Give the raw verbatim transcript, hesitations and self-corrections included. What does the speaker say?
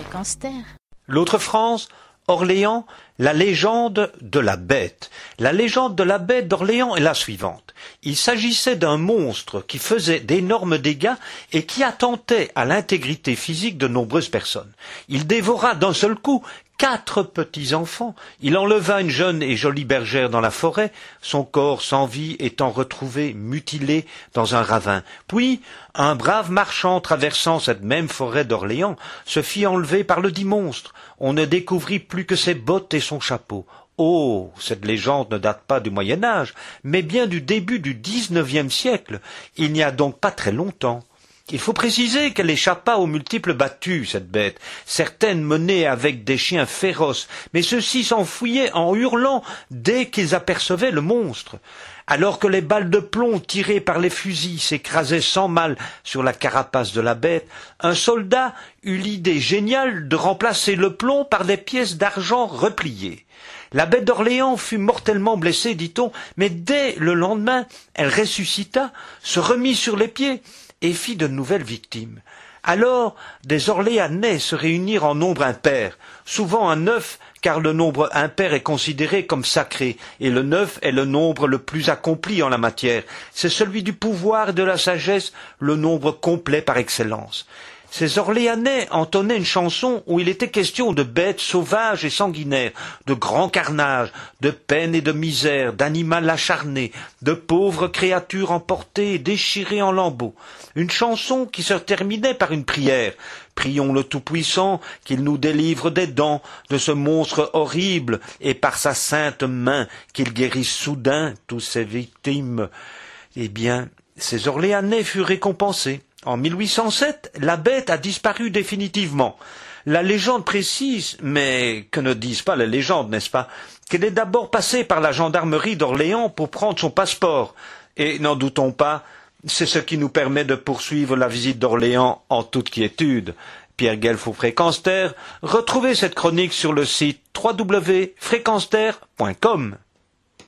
Fréquence Terre. L'autre France, Orléans, la légende de la bête. La légende de la bête d'Orléans est la suivante. Il s'agissait d'un monstre qui faisait d'énormes dégâts et qui attentait à l'intégrité physique de nombreuses personnes. Il dévora d'un seul coup quatre petits-enfants. Il enleva une jeune et jolie bergère dans la forêt, son corps sans vie étant retrouvé mutilé dans un ravin. Puis, un brave marchand traversant cette même forêt d'Orléans se fit enlever par le dit monstre. On ne découvrit plus que ses bottes et son chapeau. Oh, cette légende ne date pas du Moyen Âge, mais bien du début du dix-neuvième siècle. Il n'y a donc pas très longtemps. Il faut préciser qu'elle échappa aux multiples battues, cette bête. Certaines menées avec des chiens féroces, mais ceux-ci s'enfuyaient en hurlant dès qu'ils apercevaient le monstre. Alors que les balles de plomb tirées par les fusils s'écrasaient sans mal sur la carapace de la bête, un soldat eut l'idée géniale de remplacer le plomb par des pièces d'argent repliées. La bête d'Orléans fut mortellement blessée, dit-on, mais dès le lendemain, elle ressuscita, se remit sur les pieds et fit de nouvelles victimes. Alors, des Orléanais se réunirent en nombre impair, souvent un neuf, car le nombre impair est considéré comme sacré, et le neuf est le nombre le plus accompli en la matière. C'est celui du pouvoir et de la sagesse, le nombre complet par excellence. Ces Orléanais entonnaient une chanson où il était question de bêtes sauvages et sanguinaires, de grands carnages, de peine et de misère, d'animal acharné, de pauvres créatures emportées et déchirées en lambeaux. Une chanson qui se terminait par une prière. Prions le Tout-Puissant qu'il nous délivre des dents de ce monstre horrible et par sa sainte main qu'il guérisse soudain tous ses victimes. Eh bien, ces Orléanais furent récompensés. En mille huit cent sept, la bête a disparu définitivement. La légende précise, mais que ne disent pas les légendes, n'est-ce pas, qu'elle est d'abord passée par la gendarmerie d'Orléans pour prendre son passeport. Et n'en doutons pas, c'est ce qui nous permet de poursuivre la visite d'Orléans en toute quiétude. Pierre Guelf pour Fréquence Terre. Retrouvez cette chronique sur le site w w w point fréquence terre point com.